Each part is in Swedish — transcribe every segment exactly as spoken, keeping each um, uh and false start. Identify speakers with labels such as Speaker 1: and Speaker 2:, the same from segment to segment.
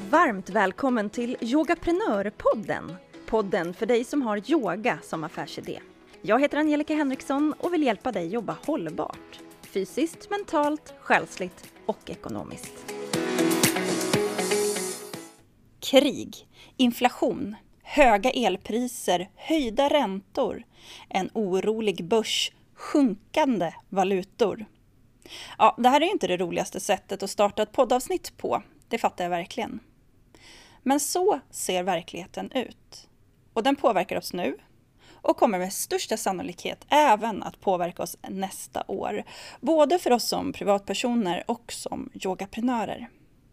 Speaker 1: Varmt välkommen till Yogaprenörpodden. Podden för dig som har yoga som affärsidé. Jag heter Angelica Henriksson och vill hjälpa dig jobba hållbart. Fysiskt, mentalt, själsligt och ekonomiskt. Krig, inflation, höga elpriser, höjda räntor, en orolig börs, sjunkande valutor. Ja, det här är inte det roligaste sättet att starta ett poddavsnitt på, det fattar jag verkligen. Men så ser verkligheten ut. Och den påverkar oss nu och kommer med största sannolikhet även att påverka oss nästa år. Både för oss som privatpersoner och som yogaprenörer.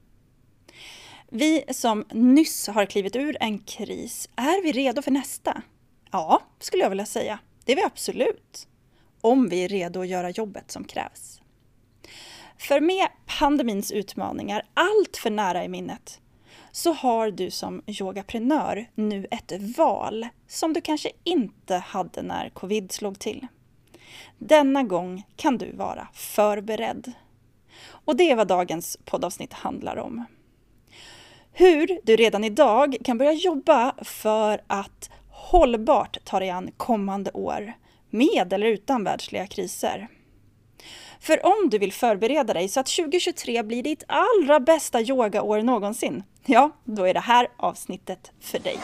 Speaker 1: Vi som nyss har klivit ur en kris, är vi redo för nästa? Ja, skulle jag vilja säga. Det är vi absolut. Om vi är redo att göra jobbet som krävs. För med pandemins utmaningar allt för nära i minnet så har du som yogaprenör nu ett val som du kanske inte hade när covid slog till. Denna gång kan du vara förberedd. Och det är vad dagens poddavsnitt handlar om. Hur du redan idag kan börja jobba för att hållbart ta dig an kommande år med eller utan världsliga kriser. För om du vill förbereda dig så att tjugohundratjugotre blir ditt allra bästa yogaår någonsin, ja, då är det här avsnittet för dig.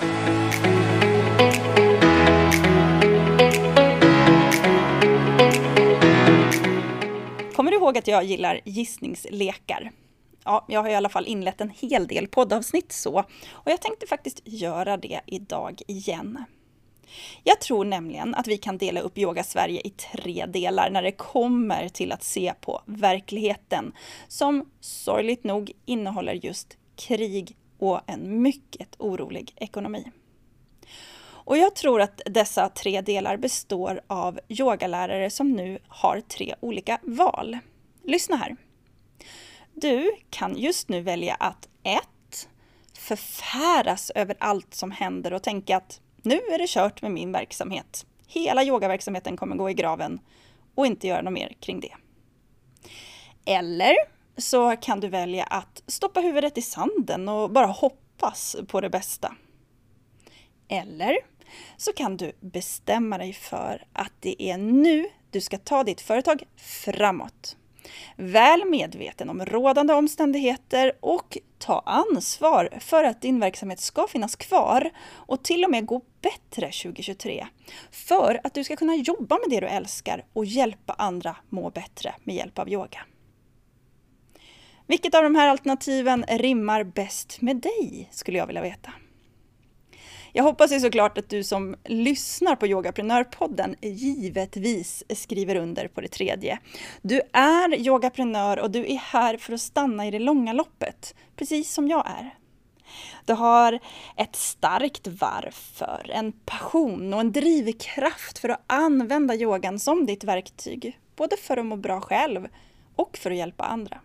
Speaker 1: Kommer du ihåg att jag gillar gissningslekar? Ja, jag har i alla fall inlett en hel del poddavsnitt så, och jag tänkte faktiskt göra det idag igen. Jag tror nämligen att vi kan dela upp Yoga Sverige i tre delar när det kommer till att se på verkligheten som sorgligt nog innehåller just krig och en mycket orolig ekonomi. Och jag tror att dessa tre delar består av yogalärare som nu har tre olika val. Lyssna här. Du kan just nu välja att ett. Förfäras över allt som händer och tänka att nu är det kört med min verksamhet. Hela yogaverksamheten kommer gå i graven och inte göra något mer kring det. Eller så kan du välja att stoppa huvudet i sanden och bara hoppas på det bästa. Eller så kan du bestämma dig för att det är nu du ska ta ditt företag framåt. Väl medveten om rådande omständigheter och ta ansvar för att din verksamhet ska finnas kvar och till och med gå bättre tjugohundratjugotre. För att du ska kunna jobba med det du älskar och hjälpa andra må bättre med hjälp av yoga. Vilket av de här alternativen rimmar bäst med dig, skulle jag vilja veta. Jag hoppas ju såklart att du som lyssnar på Yogaprenörpodden givetvis skriver under på det tredje. Du är yogaprenör och du är här för att stanna i det långa loppet, precis som jag är. Du har ett starkt varför, en passion och en drivkraft för att använda yogan som ditt verktyg, både för att må bra själv och för att hjälpa andra.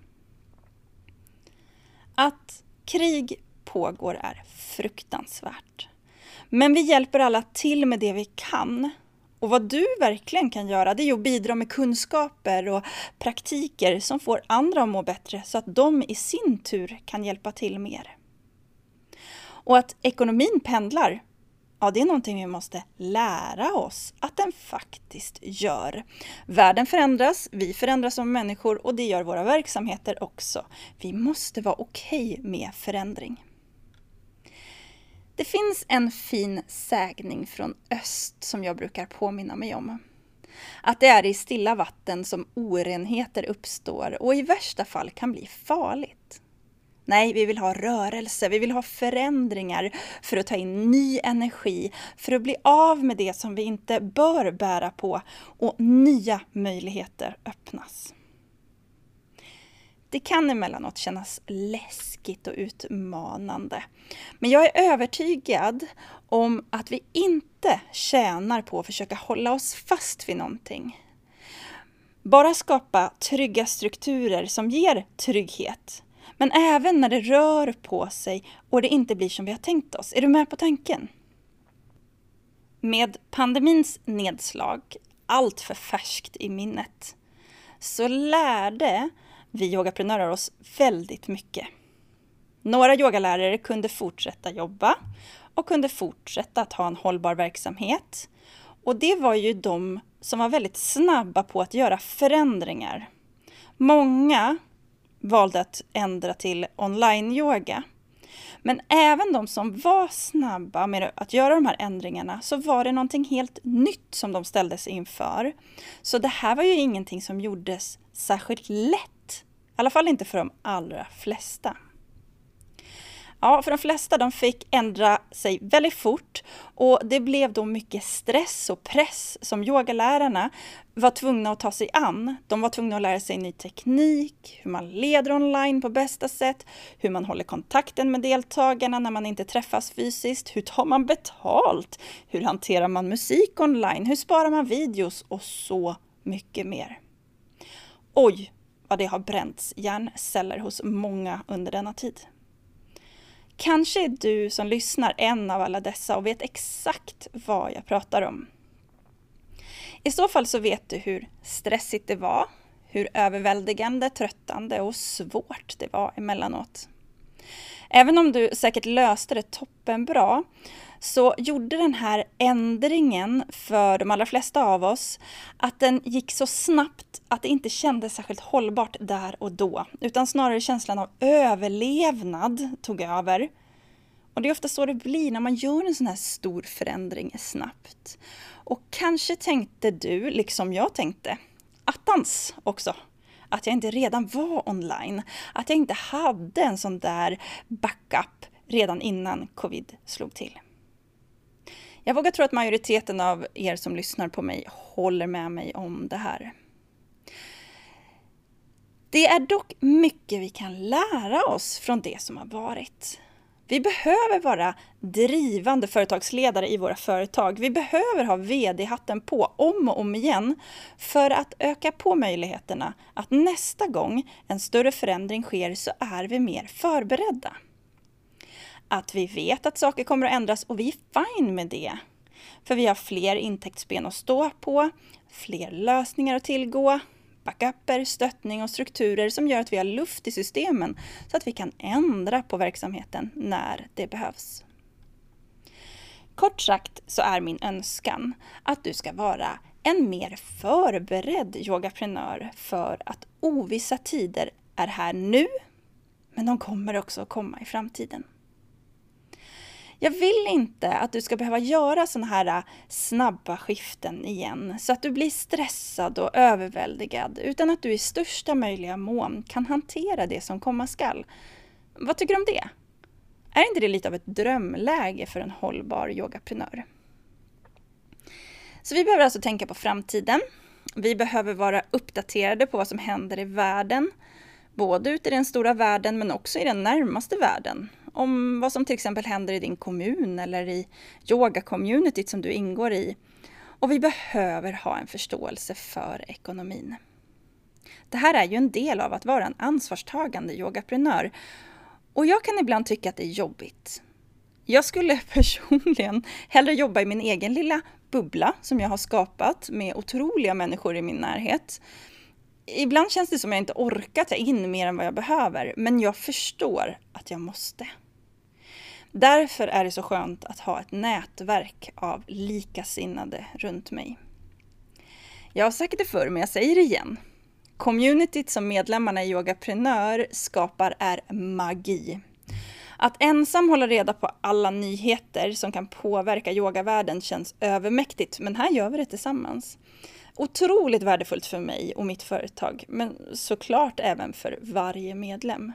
Speaker 1: Att krig pågår är fruktansvärt. Men vi hjälper alla till med det vi kan. Och vad du verkligen kan göra, det är att bidra med kunskaper och praktiker som får andra att må bättre så att de i sin tur kan hjälpa till mer. Och att ekonomin pendlar, ja, det är någonting vi måste lära oss att den faktiskt gör. Världen förändras, vi förändras som människor och det gör våra verksamheter också. Vi måste vara okej med förändring. Det finns en fin sägning från öst som jag brukar påminna mig om. Att det är i stilla vatten som orenheter uppstår och i värsta fall kan bli farligt. Nej, vi vill ha rörelse, vi vill ha förändringar för att ta in ny energi, för att bli av med det som vi inte bör bära på och nya möjligheter öppnas. Det kan emellanåt kännas läskigt och utmanande. Men jag är övertygad om att vi inte tjänar på att försöka hålla oss fast vid någonting. Bara skapa trygga strukturer som ger trygghet. Men även när det rör på sig och det inte blir som vi har tänkt oss. Är du med på tanken? Med pandemins nedslag, allt för färskt i minnet, så lärde vi yogaprenörer oss väldigt mycket. Några yogalärare kunde fortsätta jobba och kunde fortsätta att ha en hållbar verksamhet. Och det var ju de som var väldigt snabba på att göra förändringar. Många valde att ändra till online-yoga. Men även de som var snabba med att göra de här ändringarna, så var det någonting helt nytt som de ställdes inför. Så det här var ju ingenting som gjordes särskilt lätt. I alla fall inte för de allra flesta. Ja, för de flesta de fick ändra sig väldigt fort, och det blev då mycket stress och press som yogalärarna var tvungna att ta sig an. De var tvungna att lära sig ny teknik, hur man leder online på bästa sätt, hur man håller kontakten med deltagarna när man inte träffas fysiskt, hur tar man betalt, hur hanterar man musik online, hur sparar man videos och så mycket mer. Oj, vad det har bränts hjärnceller hos många under denna tid. Kanske är du som lyssnar en av alla dessa och vet exakt vad jag pratar om. I så fall så vet du hur stressigt det var, hur överväldigande, tröttande och svårt det var emellanåt. Även om du säkert löste det toppenbra, så gjorde den här ändringen för de allra flesta av oss att den gick så snabbt att det inte kändes särskilt hållbart där och då, utan snarare känslan av överlevnad tog över. Och det är ofta så det blir när man gör en sån här stor förändring snabbt. Och kanske tänkte du, liksom jag tänkte, attans också, att jag inte redan var online, att jag inte hade en sån där backup redan innan covid slog till. Jag vågar tro att majoriteten av er som lyssnar på mig håller med mig om det här. Det är dock mycket vi kan lära oss från det som har varit. Vi behöver vara drivande företagsledare i våra företag. Vi behöver ha vd-hatten på om och om igen för att öka på möjligheterna att nästa gång en större förändring sker så är vi mer förberedda. Att vi vet att saker kommer att ändras och vi är fine med det. För vi har fler intäktsben att stå på, fler lösningar att tillgå, backuper, stöttning och strukturer som gör att vi har luft i systemen så att vi kan ändra på verksamheten när det behövs. Kort sagt så är min önskan att du ska vara en mer förberedd yogaprenör för att ovissa tider är här nu, men de kommer också att komma i framtiden. Jag vill inte att du ska behöva göra såna här snabba skiften igen så att du blir stressad och överväldigad, utan att du i största möjliga mån kan hantera det som komma skall. Vad tycker du om det? Är inte det lite av ett drömläge för en hållbar yogaprenör? Så vi behöver alltså tänka på framtiden. Vi behöver vara uppdaterade på vad som händer i världen, både ute i den stora världen men också i den närmaste världen. Om vad som till exempel händer i din kommun eller i yoga-communityt som du ingår i. Och vi behöver ha en förståelse för ekonomin. Det här är ju en del av att vara en ansvarstagande yogaprenör. Och jag kan ibland tycka att det är jobbigt. Jag skulle personligen hellre jobba i min egen lilla bubbla som jag har skapat med otroliga människor i min närhet. Ibland känns det som att jag inte orkar ta in mer än vad jag behöver, men jag förstår att jag måste. Därför är det så skönt att ha ett nätverk av likasinnade runt mig. Jag har sagt det förr, men jag säger det igen. Communityt som medlemmarna i Yogaprenör skapar är magi. Att ensam hålla reda på alla nyheter som kan påverka yogavärlden känns övermäktigt, men här gör vi det tillsammans. Otroligt värdefullt för mig och mitt företag, men såklart även för varje medlem.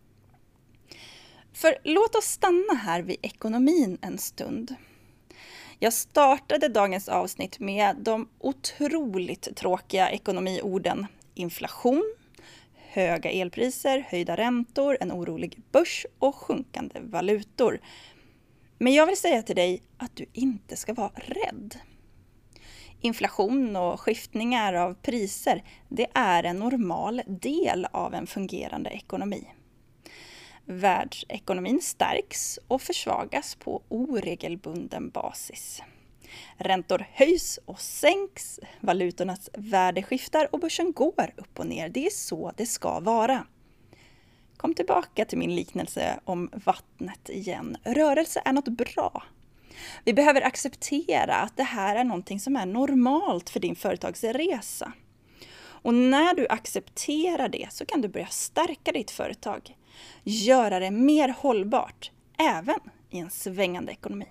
Speaker 1: För låt oss stanna här vid ekonomin en stund. Jag startade dagens avsnitt med de otroligt tråkiga ekonomiorden inflation, höga elpriser, höjda räntor, en orolig börs och sjunkande valutor. Men jag vill säga till dig att du inte ska vara rädd. Inflation och skiftningar av priser, det är en normal del av en fungerande ekonomi. Världsekonomin stärks och försvagas på oregelbunden basis. Räntor höjs och sänks, valutornas värde skiftar och börsen går upp och ner. Det är så det ska vara. kom tillbaka till min liknelse om vattnet igen. Rörelse är något bra. Vi behöver acceptera att det här är någonting som är normalt för din företagsresa. Och när du accepterar det så kan du börja stärka ditt företag. Göra det mer hållbart, även i en svängande ekonomi.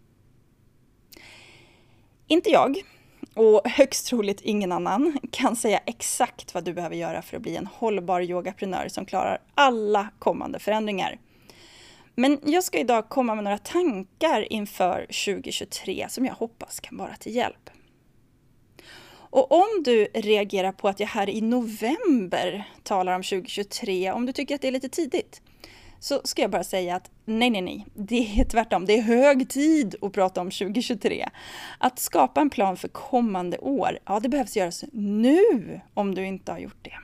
Speaker 1: Inte jag, och högst troligt ingen annan, kan säga exakt vad du behöver göra för att bli en hållbar yogaprenör som klarar alla kommande förändringar. Men jag ska idag komma med några tankar inför tjugo tjugotre som jag hoppas kan vara till hjälp. Och om du reagerar på att jag här i november talar om tjugo tjugotre, om du tycker att det är lite tidigt, så ska jag bara säga att nej, nej, nej. Det är tvärtom. Det är hög tid att prata om tjugo tjugotre. Att skapa en plan för kommande år, ja, det behövs göras nu om du inte har gjort det.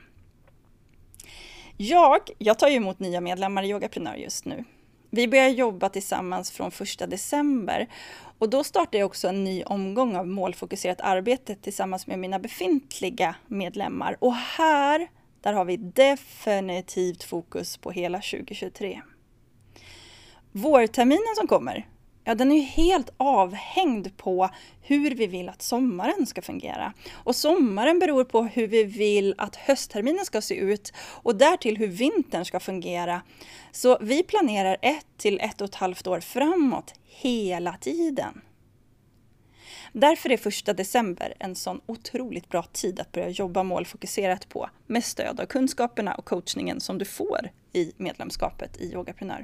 Speaker 1: Jag, jag tar ju emot nya medlemmar i Yogaprenör just nu. Vi börjar jobba tillsammans från första december och då startar jag också en ny omgång av målfokuserat arbete tillsammans med mina befintliga medlemmar. Och här, där har vi definitivt fokus på hela tjugo tjugotre. Vårterminen som kommer, ja, den är ju helt avhängd på hur vi vill att sommaren ska fungera. Och sommaren beror på hur vi vill att höstterminen ska se ut och därtill hur vintern ska fungera. Så vi planerar ett till ett och ett halvt år framåt hela tiden. Därför är första december en sån otroligt bra tid att börja jobba målfokuserat på med stöd av kunskaperna och coachningen som du får i medlemskapet i Yogaprenör.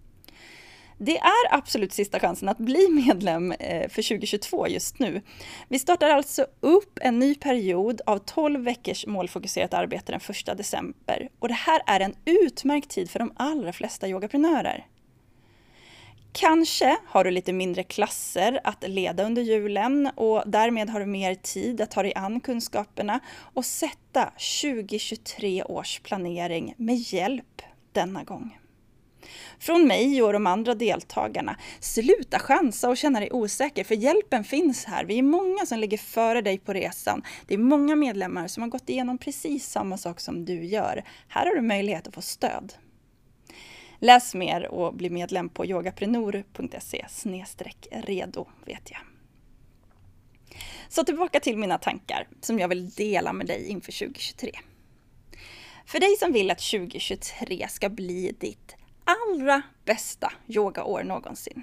Speaker 1: Det är absolut sista chansen att bli medlem för tjugo tjugotvå just nu. Vi startar alltså upp en ny period av tolv veckors målfokuserat arbete den första december. Och det här är en utmärkt tid för de allra flesta yogaprenörer. Kanske har du lite mindre klasser att leda under julen och därmed har du mer tid att ta dig an kunskaperna och sätta tjugo tjugotre års planering med hjälp denna gång. Från mig och de andra deltagarna, sluta chansa och känna dig osäker för hjälpen finns här. Vi är många som ligger före dig på resan. Det är många medlemmar som har gått igenom precis samma sak som du gör. Här har du möjlighet att få stöd. Läs mer och bli medlem på yogaprenor punkt se snedstreck redo vet jag. Så tillbaka till mina tankar som jag vill dela med dig inför tjugo tjugotre. För dig som vill att tjugo tjugotre ska bli ditt allra bästa yogaår någonsin.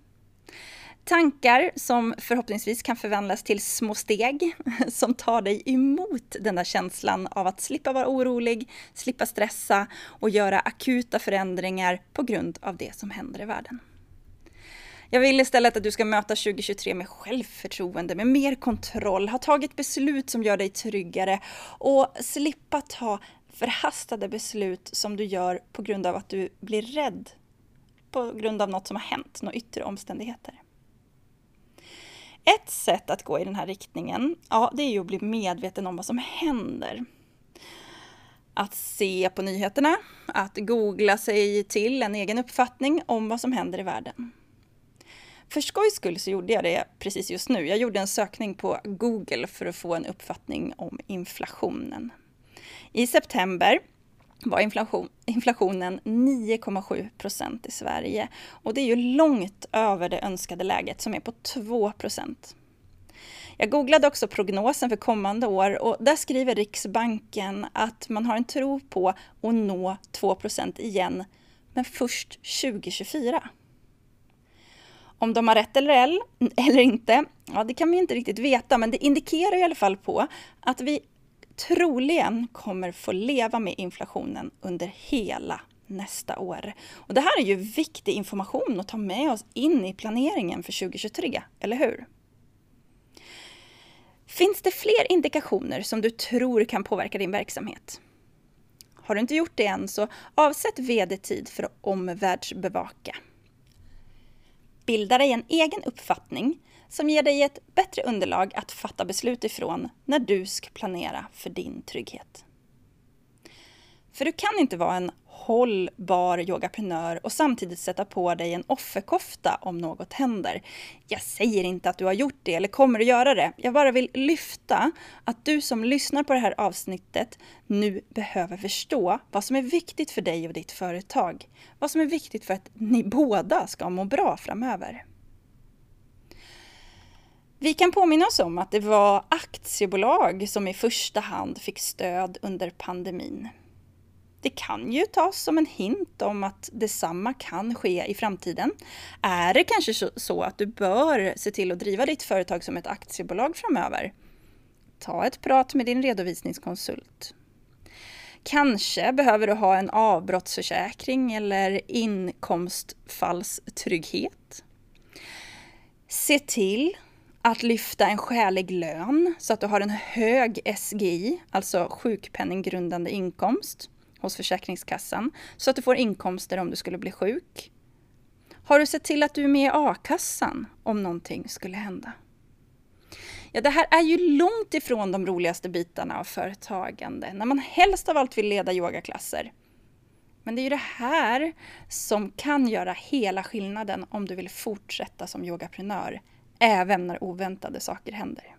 Speaker 1: Tankar som förhoppningsvis kan förvandlas till små steg som tar dig emot den där känslan av att slippa vara orolig, slippa stressa och göra akuta förändringar på grund av det som händer i världen. Jag vill istället att du ska möta tjugo tjugotre med självförtroende, med mer kontroll, ha tagit beslut som gör dig tryggare och slippa ta förhastade beslut som du gör på grund av att du blir rädd på grund av något som har hänt, några yttre omständigheter. Ett sätt att gå i den här riktningen, ja, det är ju att bli medveten om vad som händer. Att se på nyheterna, att googla sig till en egen uppfattning om vad som händer i världen. För skojs skull så gjorde jag det precis just nu. Jag gjorde en sökning på Google för att få en uppfattning om inflationen. I september var inflation, inflationen nio komma sju procent i Sverige och det är ju långt över det önskade läget som är på två procent. Jag googlade också prognosen för kommande år och där skriver Riksbanken att man har en tro på att nå två procent igen, men först tjugo tjugofyra. Om de har rätt eller, eller inte, ja, det kan vi inte riktigt veta, men det indikerar i alla fall på att vi troligen kommer få leva med inflationen under hela nästa år. Och det här är ju viktig information att ta med oss in i planeringen för tjugo tjugotre, eller hur? Finns det fler indikationer som du tror kan påverka din verksamhet? Har du inte gjort det än så avsätt vd-tid för att omvärldsbevaka. Bilda dig en egen uppfattning som ger dig ett bättre underlag att fatta beslut ifrån när du ska planera för din trygghet. För du kan inte vara en hållbar yogaprenör och samtidigt sätta på dig en offerkofta om något händer. Jag säger inte att du har gjort det eller kommer att göra det. Jag bara vill lyfta att du som lyssnar på det här avsnittet nu behöver förstå vad som är viktigt för dig och ditt företag. Vad som är viktigt för att ni båda ska må bra framöver. Vi kan påminna oss om att det var aktiebolag som i första hand fick stöd under pandemin. Det kan ju tas som en hint om att detsamma kan ske i framtiden. Är det kanske så att du bör se till att driva ditt företag som ett aktiebolag framöver? Ta ett prat med din redovisningskonsult. Kanske behöver du ha en avbrottsförsäkring eller inkomstfallstrygghet. Se till att lyfta en skälig lön så att du har en hög S G I, alltså sjukpenninggrundande inkomst, hos Försäkringskassan, så att du får inkomster om du skulle bli sjuk. Har du sett till att du är med i a-kassan om någonting skulle hända? Ja, det här är ju långt ifrån de roligaste bitarna av företagande, när man helst av allt vill leda yogaklasser. Men det är ju det här som kan göra hela skillnaden om du vill fortsätta som yogaprenör, även när oväntade saker händer.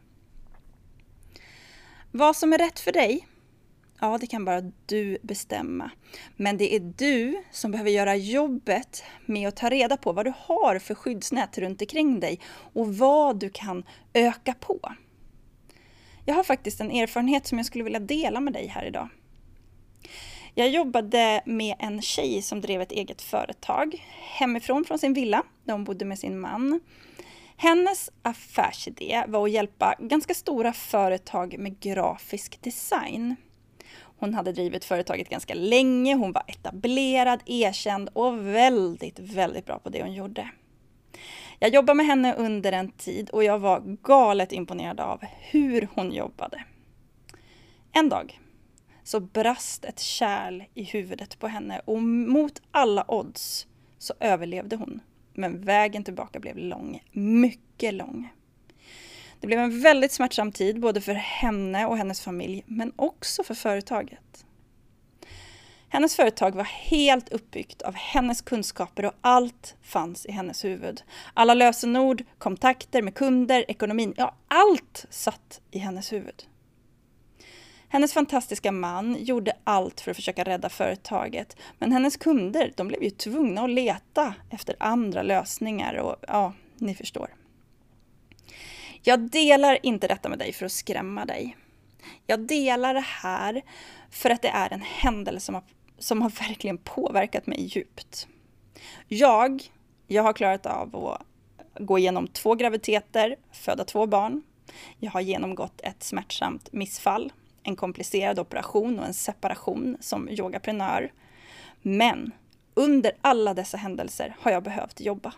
Speaker 1: Vad som är rätt för dig? Ja, det kan bara du bestämma. Men det är du som behöver göra jobbet med att ta reda på vad du har för skyddsnät runt omkring dig och vad du kan öka på. Jag har faktiskt en erfarenhet som jag skulle vilja dela med dig här idag. Jag jobbade med en tjej som drev ett eget företag hemifrån från sin villa där hon bodde med sin man. Hennes affärsidé var att hjälpa ganska stora företag med grafisk design. Hon hade drivit företaget ganska länge, hon var etablerad, erkänd och väldigt, väldigt bra på det hon gjorde. Jag jobbade med henne under en tid och jag var galet imponerad av hur hon jobbade. En dag så brast ett kärl i huvudet på henne och mot alla odds så överlevde hon. Men vägen tillbaka blev lång, mycket lång. Det blev en väldigt smärtsam tid både för henne och hennes familj, men också för företaget. Hennes företag var helt uppbyggt av hennes kunskaper och allt fanns i hennes huvud. Alla lösenord, kontakter med kunder, ekonomin, ja allt satt i hennes huvud. Hennes fantastiska man gjorde allt för att försöka rädda företaget, men hennes kunder, de blev ju tvungna att leta efter andra lösningar och ja, ni förstår. Jag delar inte detta med dig för att skrämma dig. Jag delar det här för att det är en händelse som har, som har verkligen påverkat mig djupt. Jag, jag har klarat av att gå igenom två graviditeter, föda två barn. Jag har genomgått ett smärtsamt missfall, en komplicerad operation och en separation som yogaprenör. Men under alla dessa händelser har jag behövt jobba.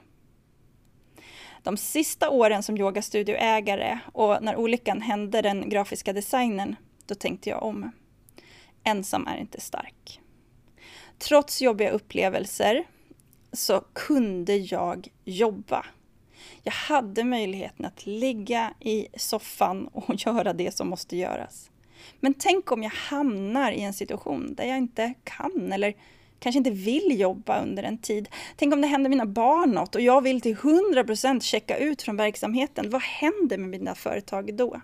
Speaker 1: De sista åren som yogastudioägare och när olyckan hände den grafiska designen, då tänkte jag om. Ensam är inte stark. Trots jobbiga upplevelser så kunde jag jobba. Jag hade möjligheten att ligga i soffan och göra det som måste göras. Men tänk om jag hamnar i en situation där jag inte kan eller kanske inte vill jobba under en tid. Tänk om det händer mina barn något och jag vill till hundra procent checka ut från verksamheten. Vad händer med mina företag då?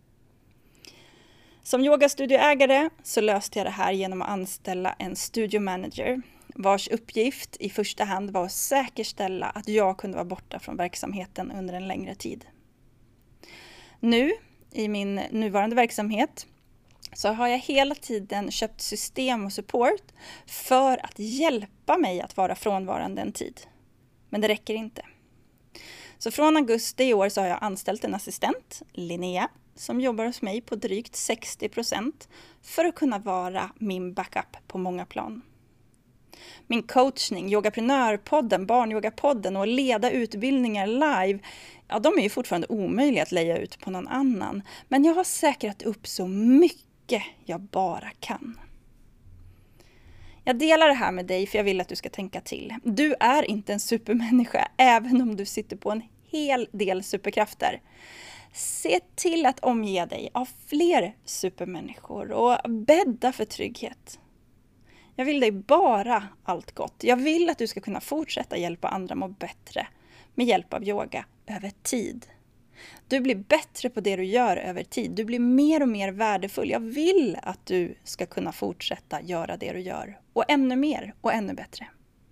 Speaker 1: Som yogastudioägare så löste jag det här genom att anställa en studio manager vars uppgift i första hand var att säkerställa att jag kunde vara borta från verksamheten under en längre tid. Nu, i min nuvarande verksamhet, så har jag hela tiden köpt system och support för att hjälpa mig att vara frånvarande en tid. Men det räcker inte. Så från augusti i år så har jag anställt en assistent, Linnea, som jobbar hos mig på drygt sextio procent för att kunna vara min backup på många plan. Min coachning, yogaprenörpodden, barnyogapodden och leda utbildningar live, ja, de är ju fortfarande omöjliga att leja ut på någon annan. Men jag har säkrat upp så mycket jag bara kan. Jag delar det här med dig för jag vill att du ska tänka till. Du är inte en supermänniska även om du sitter på en hel del superkrafter. Se till att omge dig av fler supermänniskor och bädda för trygghet. Jag vill dig bara allt gott. Jag vill att du ska kunna fortsätta hjälpa andra må bättre med hjälp av yoga över tid. Du blir bättre på det du gör över tid. Du blir mer och mer värdefull. Jag vill att du ska kunna fortsätta göra det du gör. Och ännu mer och ännu bättre.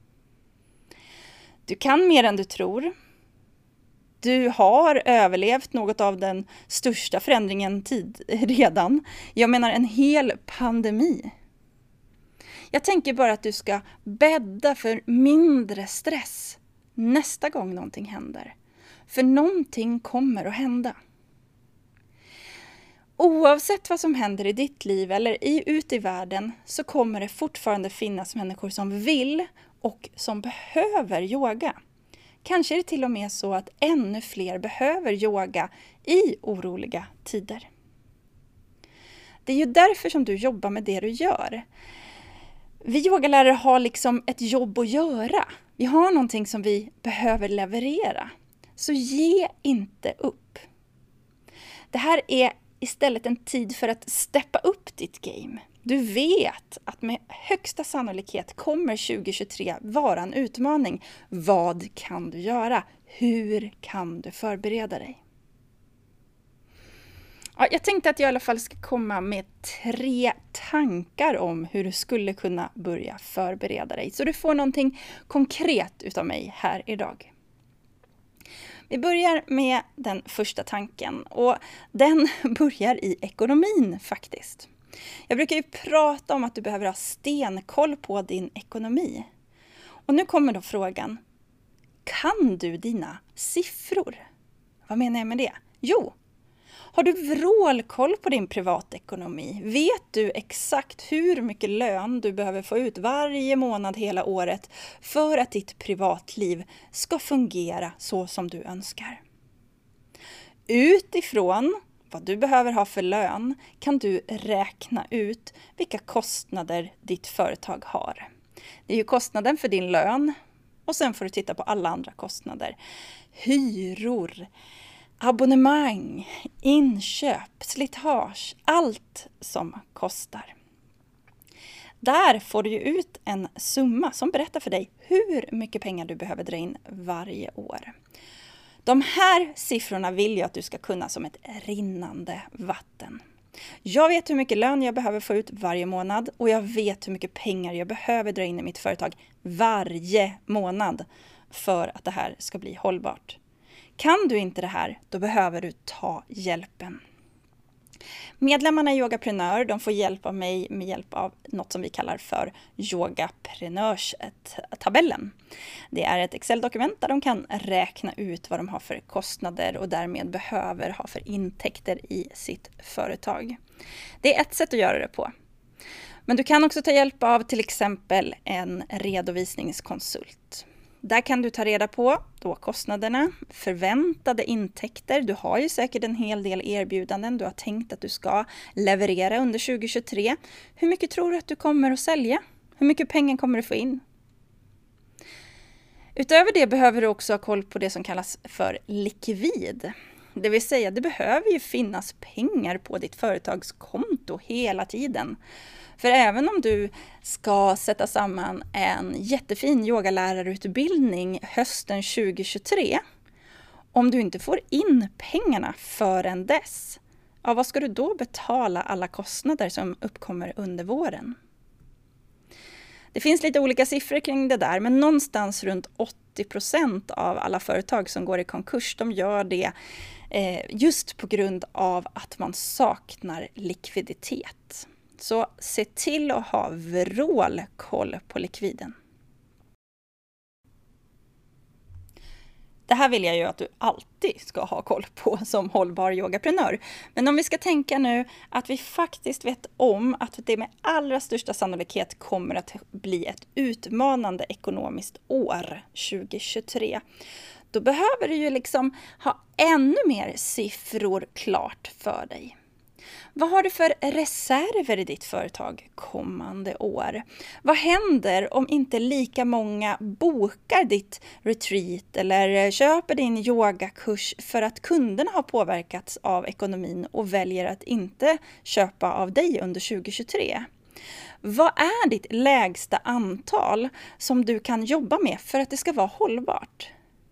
Speaker 1: Du kan mer än du tror. Du har överlevt något av den största förändringen tid redan. Jag menar en hel pandemi. Jag tänker bara att du ska bädda för mindre stress nästa gång någonting händer. För någonting kommer att hända. Oavsett vad som händer i ditt liv eller i, ut i världen så kommer det fortfarande finnas människor som vill och som behöver yoga. Kanske är det till och med så att ännu fler behöver yoga i oroliga tider. Det är ju därför som du jobbar med det du gör. Vi yogalärare har liksom ett jobb att göra. Vi har någonting som vi behöver leverera. Så ge inte upp. Det här är istället en tid för att steppa upp ditt game. Du vet att med högsta sannolikhet kommer tjugo tjugotre vara en utmaning. Vad kan du göra? Hur kan du förbereda dig? Ja, jag tänkte att jag i alla fall ska komma med tre tankar om hur du skulle kunna börja förbereda dig. Så du får någonting konkret utav mig här idag. Vi börjar med den första tanken och den börjar i ekonomin faktiskt. Jag brukar ju prata om att du behöver ha stenkoll på din ekonomi. Och nu kommer då frågan, kan du dina siffror? Vad menar jag med det? Jo, har du vrålkoll på din privatekonomi? Vet du exakt hur mycket lön du behöver få ut varje månad hela året för att ditt privatliv ska fungera så som du önskar? Utifrån vad du behöver ha för lön kan du räkna ut vilka kostnader ditt företag har. Det är ju kostnaden för din lön och sen får du titta på alla andra kostnader. Hyror, abonnemang, inköp, slitage, allt som kostar. Där får du ju ut en summa som berättar för dig hur mycket pengar du behöver dra in varje år. De här siffrorna vill jag att du ska kunna som ett rinnande vatten. Jag vet hur mycket lön jag behöver få ut varje månad och jag vet hur mycket pengar jag behöver dra in i mitt företag varje månad för att det här ska bli hållbart. Kan du inte det här, då behöver du ta hjälpen. Medlemmarna i Yogaprenör, de får hjälp av mig med hjälp av något som vi kallar för Yogaprenörs-tabellen. Det är ett Excel-dokument där de kan räkna ut vad de har för kostnader och därmed behöver ha för intäkter i sitt företag. Det är ett sätt att göra det på. Men du kan också ta hjälp av till exempel en redovisningskonsult. Där kan du ta reda på då kostnaderna, förväntade intäkter. Du har ju säkert en hel del erbjudanden du har tänkt att du ska leverera under tjugo tjugotre. Hur mycket tror du att du kommer att sälja? Hur mycket pengar kommer du få in? Utöver det behöver du också ha koll på det som kallas för likvid. Det vill säga det behöver ju finnas pengar på ditt företagskonto hela tiden. För även om du ska sätta samman en jättefin yogalärarutbildning hösten tjugo tjugotre, om du inte får in pengarna förrän dess, ja, vad ska du då betala alla kostnader som uppkommer under våren? Det finns lite olika siffror kring det där, men någonstans runt åttio procent av alla företag som går i konkurs, de gör det eh, just på grund av att man saknar likviditet. Så se till att ha vrålkoll på likviden. Det här vill jag ju att du alltid ska ha koll på som hållbar yogaprenör. Men om vi ska tänka nu att vi faktiskt vet om att det med allra största sannolikhet kommer att bli ett utmanande ekonomiskt år tjugo tjugotre. Då behöver du ju liksom ha ännu mer siffror klart för dig. Vad har du för reserver i ditt företag kommande år? Vad händer om inte lika många bokar ditt retreat eller köper din yogakurs för att kunderna har påverkats av ekonomin och väljer att inte köpa av dig under tjugo tjugotre? Vad är ditt lägsta antal som du kan jobba med för att det ska vara hållbart?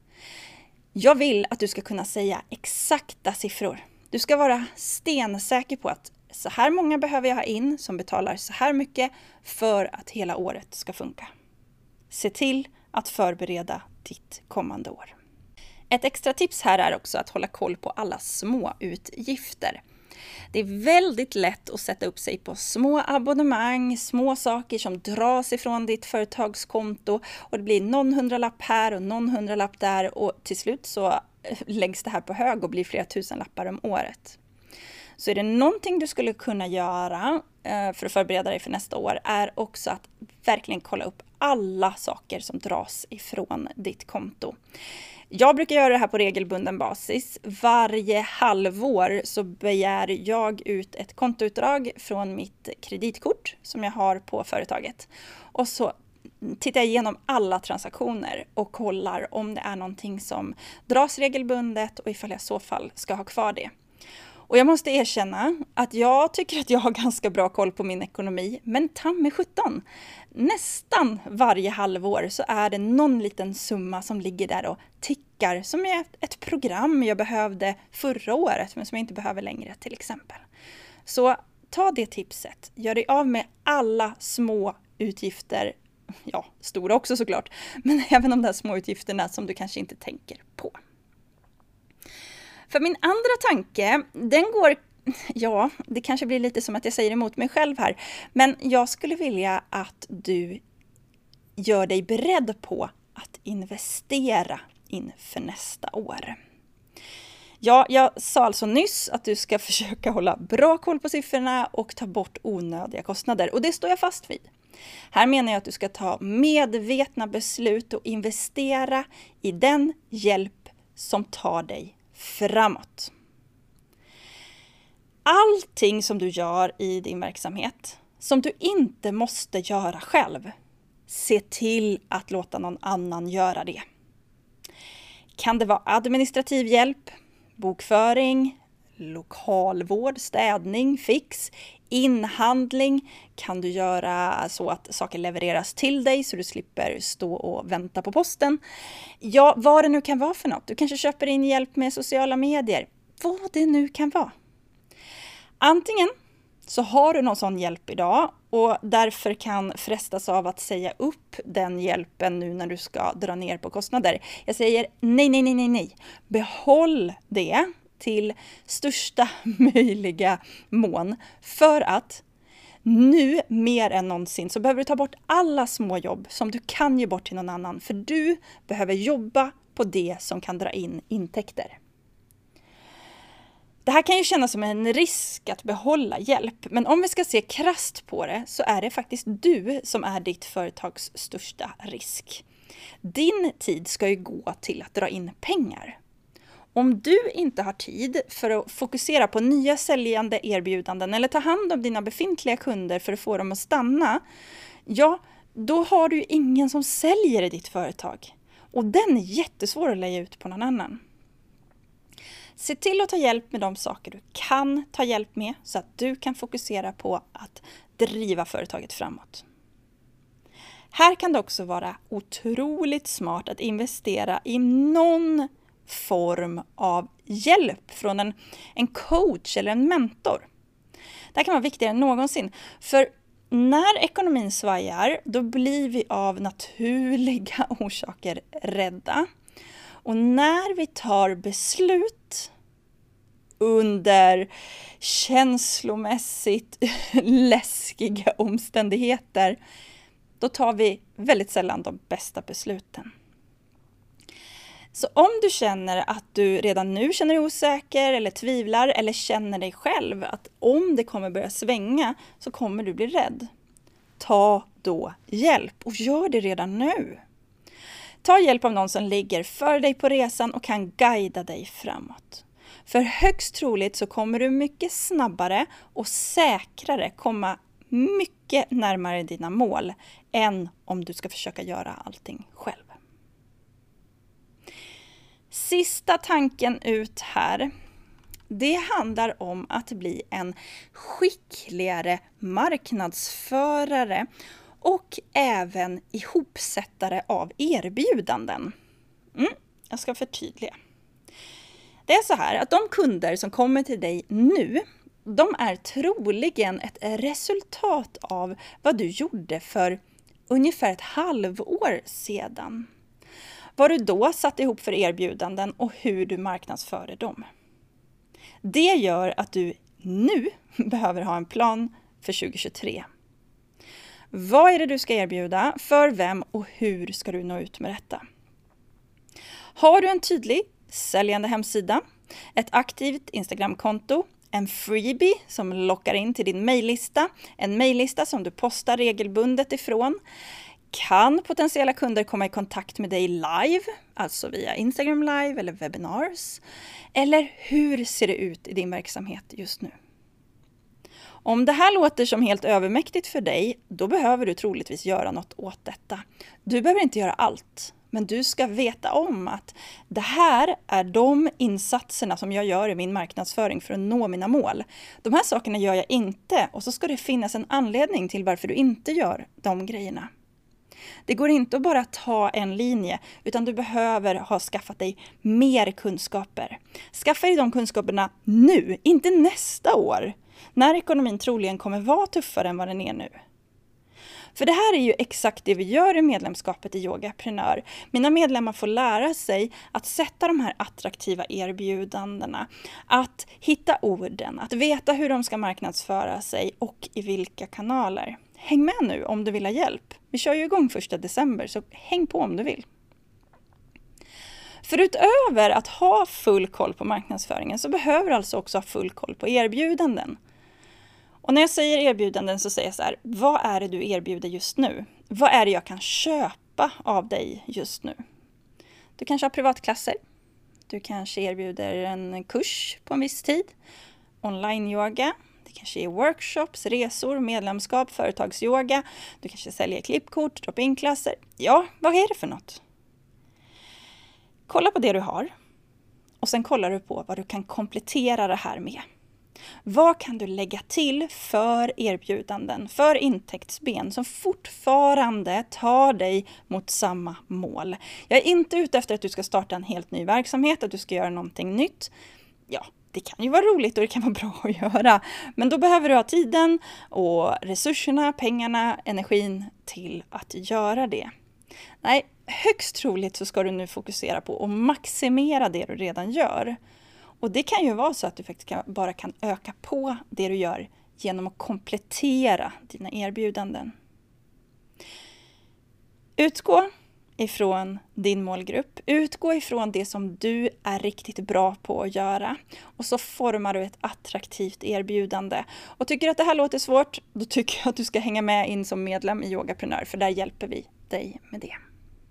Speaker 1: Jag vill att du ska kunna säga exakta siffror. Du ska vara stensäker på att så här många behöver jag ha in som betalar så här mycket för att hela året ska funka. Se till att förbereda ditt kommande år. Ett extra tips här är också att hålla koll på alla små utgifter. Det är väldigt lätt att sätta upp sig på små abonnemang, små saker som dras ifrån ditt företagskonto och det blir någon hundralapp här och någon hundralapp där och till slut så läggs det här på hög och blir flera tusen lappar om året. Så är det någonting du skulle kunna göra för att förbereda dig för nästa år är också att verkligen kolla upp alla saker som dras ifrån ditt konto. Jag brukar göra det här på regelbunden basis. Varje halvår så begär jag ut ett kontoutdrag från mitt kreditkort som jag har på företaget. Och så tittar jag igenom alla transaktioner och kollar om det är någonting som dras regelbundet och ifall jag i så fall ska ha kvar det. Och jag måste erkänna att jag tycker att jag har ganska bra koll på min ekonomi, men ta med sjutton. Nästan varje halvår så är det någon liten summa som ligger där och tickar som är ett program jag behövde förra året men som jag inte behöver längre till exempel. Så ta det tipset, gör dig av med alla små utgifter, ja stora också såklart, men även de där små utgifterna som du kanske inte tänker på. För min andra tanke, den går, ja, det kanske blir lite som att jag säger emot mig själv här. Men jag skulle vilja att du gör dig beredd på att investera inför nästa år. Ja, jag sa alltså nyss att du ska försöka hålla bra koll på siffrorna och ta bort onödiga kostnader. Och det står jag fast vid. Här menar jag att du ska ta medvetna beslut och investera i den hjälp som tar dig framåt. Allting som du gör i din verksamhet som du inte måste göra själv, se till att låta någon annan göra det. Kan det vara administrativ hjälp, bokföring, lokalvård, städning, fix, inhandling? Kan du göra så att saker levereras till dig så du slipper stå och vänta på posten? Ja, vad det nu kan vara för något. Du kanske köper in hjälp med sociala medier. Vad det nu kan vara. Antingen så har du någon sån hjälp idag och därför kan frestas av att säga upp den hjälpen nu när du ska dra ner på kostnader. Jag säger nej, nej, nej, nej, nej. Behåll det till största möjliga mån för att nu mer än någonsin så behöver du ta bort alla små jobb som du kan ge bort till någon annan, för du behöver jobba på det som kan dra in intäkter. Det här kan ju kännas som en risk att behålla hjälp, men om vi ska se krasst på det så är det faktiskt du som är ditt företags största risk. Din tid ska ju gå till att dra in pengar. Om du inte har tid för att fokusera på nya säljande erbjudanden eller ta hand om dina befintliga kunder för att få dem att stanna, ja, då har du ju ingen som säljer i ditt företag. Och den är jättesvår att lägga ut på någon annan. Se till att ta hjälp med de saker du kan ta hjälp med så att du kan fokusera på att driva företaget framåt. Här kan det också vara otroligt smart att investera i någon form av hjälp från en, en coach eller en mentor. Det här kan vara viktigare än någonsin. För när ekonomin svajar, då blir vi av naturliga orsaker rädda. Och när vi tar beslut under känslomässigt läskiga omständigheter, då tar vi väldigt sällan de bästa besluten. Så om du känner att du redan nu känner dig osäker eller tvivlar eller känner dig själv att om det kommer börja svänga så kommer du bli rädd, ta då hjälp och gör det redan nu. Ta hjälp av någon som ligger för dig på resan och kan guida dig framåt. För högst troligt så kommer du mycket snabbare och säkrare komma mycket närmare dina mål än om du ska försöka göra allting själv. Sista tanken ut här. Det handlar om att bli en skickligare marknadsförare och även ihopsättare av erbjudanden. Mm, jag ska förtydliga. Det är så här att de kunder som kommer till dig nu, de är troligen ett resultat av vad du gjorde för ungefär ett halvår sedan. Vad du då satte ihop för erbjudanden och hur du marknadsförde dem. Det gör att du nu behöver ha en plan för tjugohundratjugotre. Vad är det du ska erbjuda, för vem och hur ska du nå ut med detta? Har du en tydlig säljande hemsida, ett aktivt Instagramkonto, en freebie som lockar in till din mejllista, en mejllista som du postar regelbundet ifrån, kan potentiella kunder komma i kontakt med dig live, alltså via Instagram live eller webinars? Eller hur ser det ut i din verksamhet just nu? Om det här låter som helt övermäktigt för dig, då behöver du troligtvis göra något åt detta. Du behöver inte göra allt, men du ska veta om att det här är de insatserna som jag gör i min marknadsföring för att nå mina mål. De här sakerna gör jag inte, och så ska det finnas en anledning till varför du inte gör de grejerna. Det går inte att bara ta en linje, utan du behöver ha skaffat dig mer kunskaper. Skaffa dig de kunskaperna nu, inte nästa år, när ekonomin troligen kommer vara tuffare än vad den är nu. För det här är ju exakt det vi gör i medlemskapet i Yogaprenör. Mina medlemmar får lära sig att sätta de här attraktiva erbjudandena, att hitta orden, att veta hur de ska marknadsföra sig och i vilka kanaler. Häng med nu om du vill ha hjälp. Vi kör ju igång första december, så häng på om du vill. Förutöver att ha full koll på marknadsföringen så behöver du alltså också ha full koll på erbjudanden. Och när jag säger erbjudanden så säger jag så här: vad är det du erbjuder just nu? Vad är det jag kan köpa av dig just nu? Du kanske har privatklasser. Du kanske erbjuder en kurs på en viss tid. Online-yoga. Det kanske är workshops, resor, medlemskap, företagsyoga. Du kanske säljer klippkort, drop-in-klasser. Ja, vad är det för något? Kolla på det du har. Och sen kollar du på vad du kan komplettera det här med. Vad kan du lägga till för erbjudanden, för intäktsben som fortfarande tar dig mot samma mål? Jag är inte ute efter att du ska starta en helt ny verksamhet, att du ska göra någonting nytt. Ja, det kan ju vara roligt och det kan vara bra att göra. Men då behöver du ha tiden och resurserna, pengarna, energin till att göra det. Nej, högst troligt så ska du nu fokusera på att maximera det du redan gör. Och det kan ju vara så att du faktiskt kan, bara kan öka på det du gör genom att komplettera dina erbjudanden. Utgå ifrån din målgrupp. Utgå ifrån det som du är riktigt bra på att göra. Och så formar du ett attraktivt erbjudande. Och tycker du att det här låter svårt, då tycker jag att du ska hänga med in som medlem i Yogaprenör. För där hjälper vi dig med det.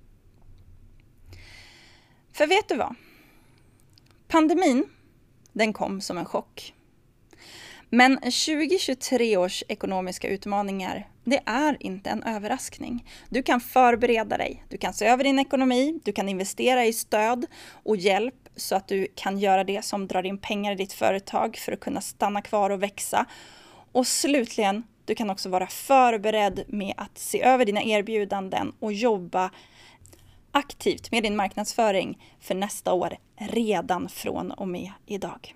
Speaker 1: För vet du vad? Pandemin, den kom som en chock. Men tjugohundratjugotre års ekonomiska utmaningar, det är inte en överraskning. Du kan förbereda dig, du kan se över din ekonomi, du kan investera i stöd och hjälp så att du kan göra det som drar in pengar i ditt företag för att kunna stanna kvar och växa. Och slutligen, du kan också vara förberedd med att se över dina erbjudanden och jobba aktivt med din marknadsföring för nästa år redan från och med idag.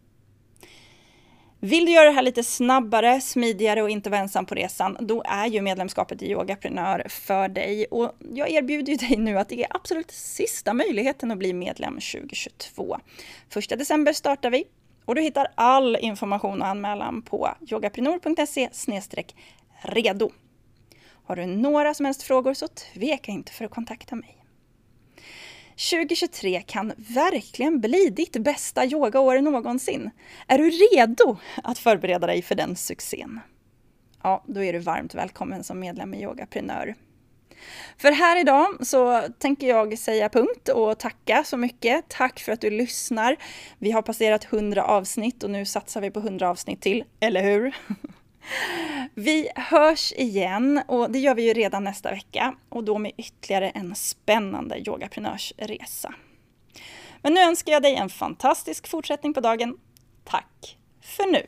Speaker 1: Vill du göra det här lite snabbare, smidigare och inte vara ensam på resan, då är ju medlemskapet i Yogaprenör för dig. Och jag erbjuder dig nu att det är absolut sista möjligheten att bli medlem tjugohundratjugotvå. Första december startar vi och du hittar all information och anmälan på yogaprenor punkt se slash redo. Har du några som helst frågor så tveka inte för att kontakta mig. tjugohundratjugotre kan verkligen bli ditt bästa yogaår någonsin. Är du redo att förbereda dig för den succén? Ja, då är du varmt välkommen som medlem i Yogaprenör. För här idag så tänker jag säga punkt och tacka så mycket. Tack för att du lyssnar. Vi har passerat hundra avsnitt och nu satsar vi på hundra avsnitt till, eller hur? Vi hörs igen och det gör vi ju redan nästa vecka och då med ytterligare en spännande yogaprenörsresa. Men nu önskar jag dig en fantastisk fortsättning på dagen. Tack för nu!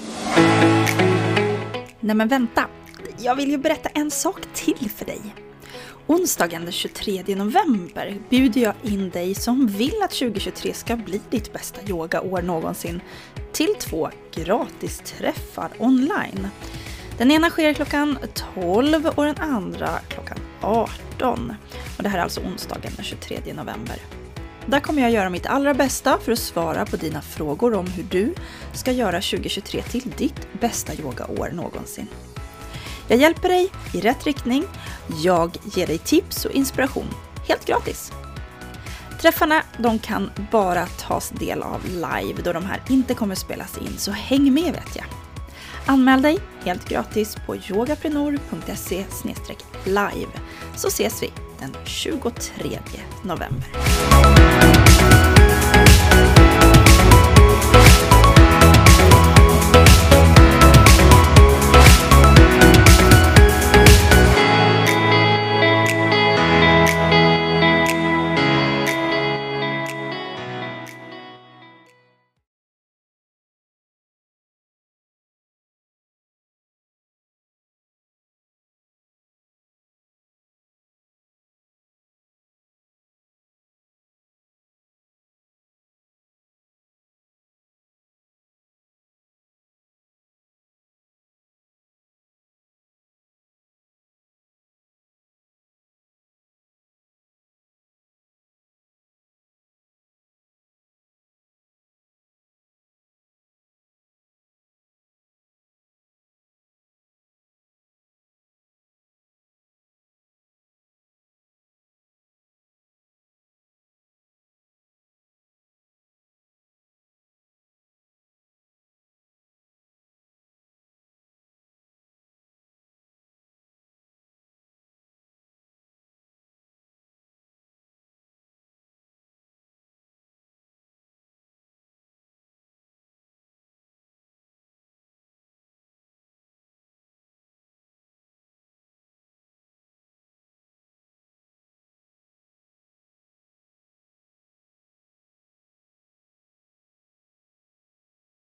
Speaker 1: Nej men vänta, jag vill ju berätta en sak till för dig. Onsdagen den tjugotredje november bjuder jag in dig som vill att tjugohundratjugotre ska bli ditt bästa yogaår någonsin till två gratisträffar online. Den ena sker klockan tolv och den andra klockan arton. Och det här är alltså onsdagen den tjugotredje november. Där kommer jag göra mitt allra bästa för att svara på dina frågor om hur du ska göra tjugohundratjugotre till ditt bästa yogaår någonsin. Jag hjälper dig i rätt riktning. Jag ger dig tips och inspiration helt gratis. Träffarna de kan bara tas del av live då de här inte kommer spelas in, så häng med vet jag. Anmäl dig helt gratis på yogaprenor punkt se slash live så ses vi den tjugotredje november.